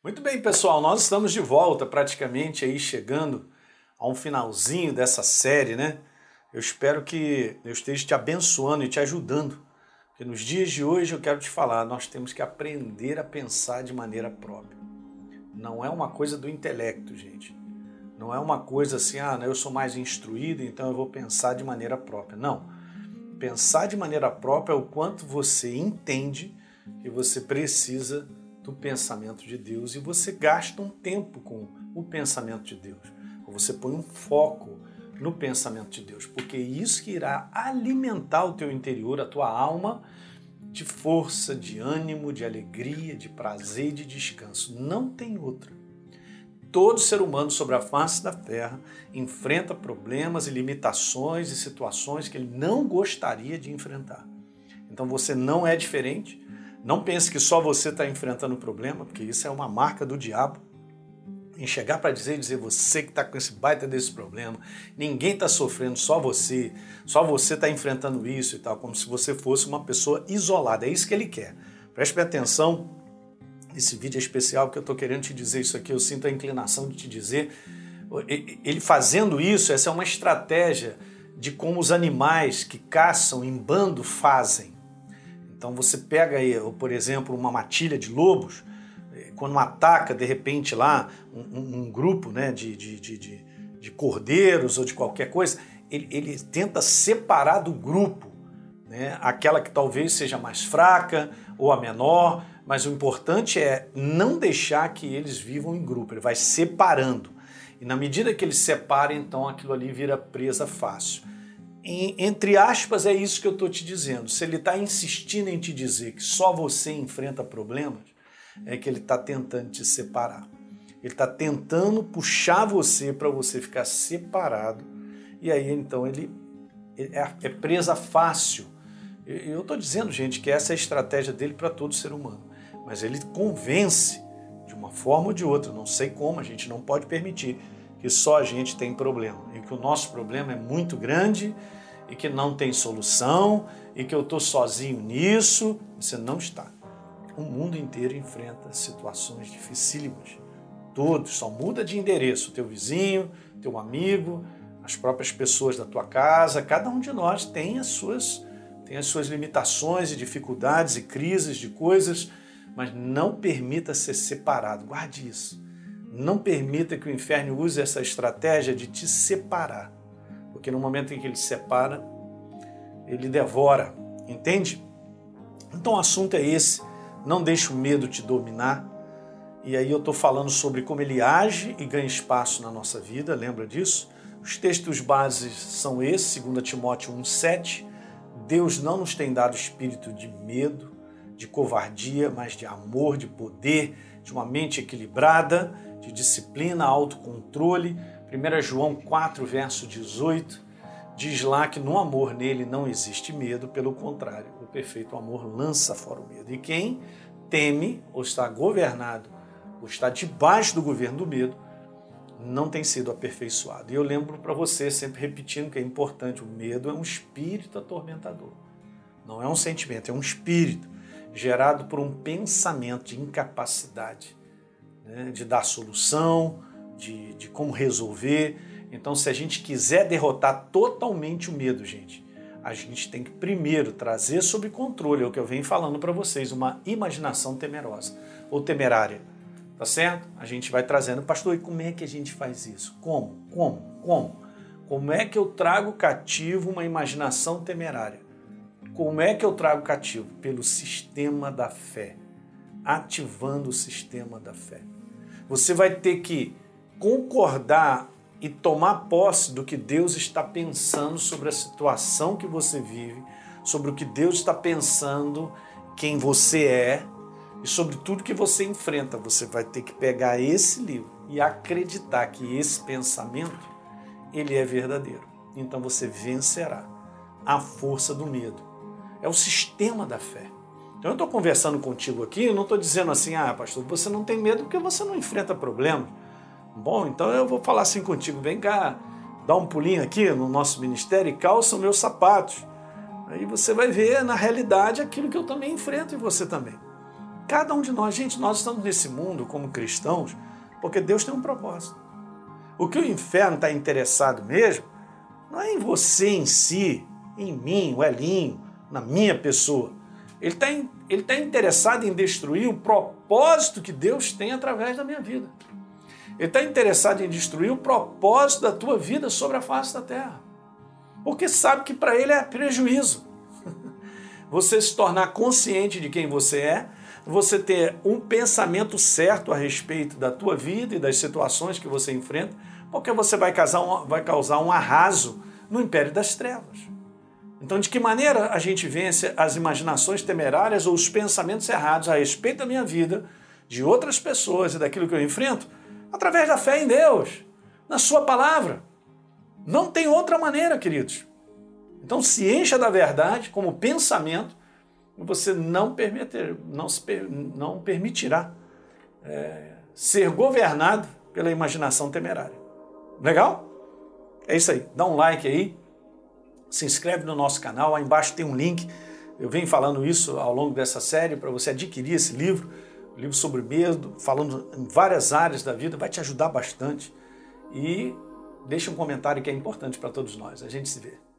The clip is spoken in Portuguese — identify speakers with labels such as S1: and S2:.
S1: Muito bem, pessoal, nós estamos de volta, praticamente aí chegando a um finalzinho dessa série, né? Eu espero que eu esteja te abençoando e te ajudando, porque nos dias de hoje eu quero te falar, nós temos que aprender a pensar de maneira própria. Não é uma coisa do intelecto, gente. Não é uma coisa assim, eu sou mais instruído, então eu vou pensar de maneira própria. Não. Pensar de maneira própria é o quanto você entende que você precisa do pensamento de Deus e você gasta um tempo com o pensamento de Deus. Ou você põe um foco no pensamento de Deus, porque é isso que irá alimentar o teu interior, a tua alma, de força, de ânimo, de alegria, de prazer e de descanso. Não tem outra. Todo ser humano sobre a face da terra enfrenta problemas e limitações e situações que ele não gostaria de enfrentar. Então você não é diferente. Não pense que só você está enfrentando o problema, porque isso é uma marca do diabo. Em chegar para dizer você que está com esse baita desse problema, ninguém está sofrendo, só você está enfrentando isso e tal, como se você fosse uma pessoa isolada. É isso que ele quer. Preste bem atenção, esse vídeo é especial porque eu estou querendo te dizer isso aqui, eu sinto a inclinação de te dizer. Ele fazendo isso, essa é uma estratégia de como os animais que caçam em bando fazem. Então você pega aí, por exemplo, uma matilha de lobos, quando ataca de repente lá um grupo, né, de cordeiros ou de qualquer coisa, ele tenta separar do grupo, né, aquela que talvez seja mais fraca ou a menor, mas o importante é não deixar que eles vivam em grupo, ele vai separando. E na medida que ele separa, então aquilo ali vira presa fácil. Entre aspas, é isso que eu estou te dizendo. Se ele está insistindo em te dizer que só você enfrenta problemas, é que ele está tentando te separar. Ele está tentando puxar você para você ficar separado. E aí, então, ele é presa fácil. Eu estou dizendo, gente, que essa é a estratégia dele para todo ser humano. Mas ele convence de uma forma ou de outra. Não sei como, a gente não pode permitir que só a gente tem problema, e que o nosso problema é muito grande, e que não tem solução, e que eu estou sozinho nisso. Você não está. O mundo inteiro enfrenta situações dificílimas. Todos, só muda de endereço. Teu vizinho, teu amigo, as próprias pessoas da tua casa, cada um de nós tem as suas limitações e dificuldades e crises de coisas, mas não permita ser separado. Guarde isso. Não permita que o inferno use essa estratégia de te separar. Porque no momento em que ele separa, ele devora. Entende? Então o assunto é esse. Não deixe o medo te dominar. E aí eu estou falando sobre como ele age e ganha espaço na nossa vida. Lembra disso? Os textos bases são esses, 2 Timóteo 1,7. Deus não nos tem dado espírito de medo, de covardia, mas de amor, de poder, de uma mente equilibrada, de disciplina, autocontrole. 1 João 4, verso 18, diz lá que no amor nele não existe medo, pelo contrário, o perfeito amor lança fora o medo. E quem teme, ou está governado, ou está debaixo do governo do medo, não tem sido aperfeiçoado. E eu lembro para você, sempre repetindo que é importante, o medo é um espírito atormentador. Não é um sentimento, é um espírito gerado por um pensamento de incapacidade, né, de dar solução, de como resolver. Então, se a gente quiser derrotar totalmente o medo, gente, a gente tem que primeiro trazer sob controle, é o que eu venho falando para vocês, uma imaginação temerosa ou temerária. Tá certo? A gente vai trazendo, pastor, e como é que a gente faz isso? Como? Como é que eu trago cativo uma imaginação temerária? Como é que eu trago cativo? Pelo sistema da fé, ativando o sistema da fé. Você vai ter que concordar e tomar posse do que Deus está pensando sobre a situação que você vive, sobre o que Deus está pensando, quem você é e sobre tudo que você enfrenta. Você vai ter que pegar esse livro e acreditar que esse pensamento, ele é verdadeiro. Então você vencerá a força do medo. É o sistema da fé. Então eu estou conversando contigo aqui, eu não estou dizendo assim, pastor, você não tem medo porque você não enfrenta problemas. Bom, então eu vou falar assim contigo, vem cá, dá um pulinho aqui no nosso ministério e calça os meus sapatos. Aí você vai ver na realidade aquilo que eu também enfrento e você também. Cada um de nós, gente, nós estamos nesse mundo como cristãos porque Deus tem um propósito. O que o inferno está interessado mesmo não é em você em si, em mim, o Elinho, na minha pessoa. Ele está interessado em destruir o propósito que Deus tem através da minha vida. Ele está interessado em destruir o propósito da tua vida sobre a face da terra. Porque sabe que para ele é prejuízo. Você se tornar consciente de quem você é, você ter um pensamento certo a respeito da tua vida e das situações que você enfrenta, porque você vai causar um arraso no império das trevas. Então, de que maneira a gente vence as imaginações temerárias ou os pensamentos errados a respeito da minha vida, de outras pessoas e daquilo que eu enfrento? Através da fé em Deus, na sua palavra. Não tem outra maneira, queridos. Então, se encha da verdade como pensamento, você não permitirá ser governado pela imaginação temerária. Legal? É isso aí. Dá um like aí, se inscreve no nosso canal, aí embaixo tem um link. Eu venho falando isso ao longo dessa série para você adquirir esse livro, um livro sobre medo, falando em várias áreas da vida, vai te ajudar bastante. E deixa um comentário que é importante para todos nós. A gente se vê.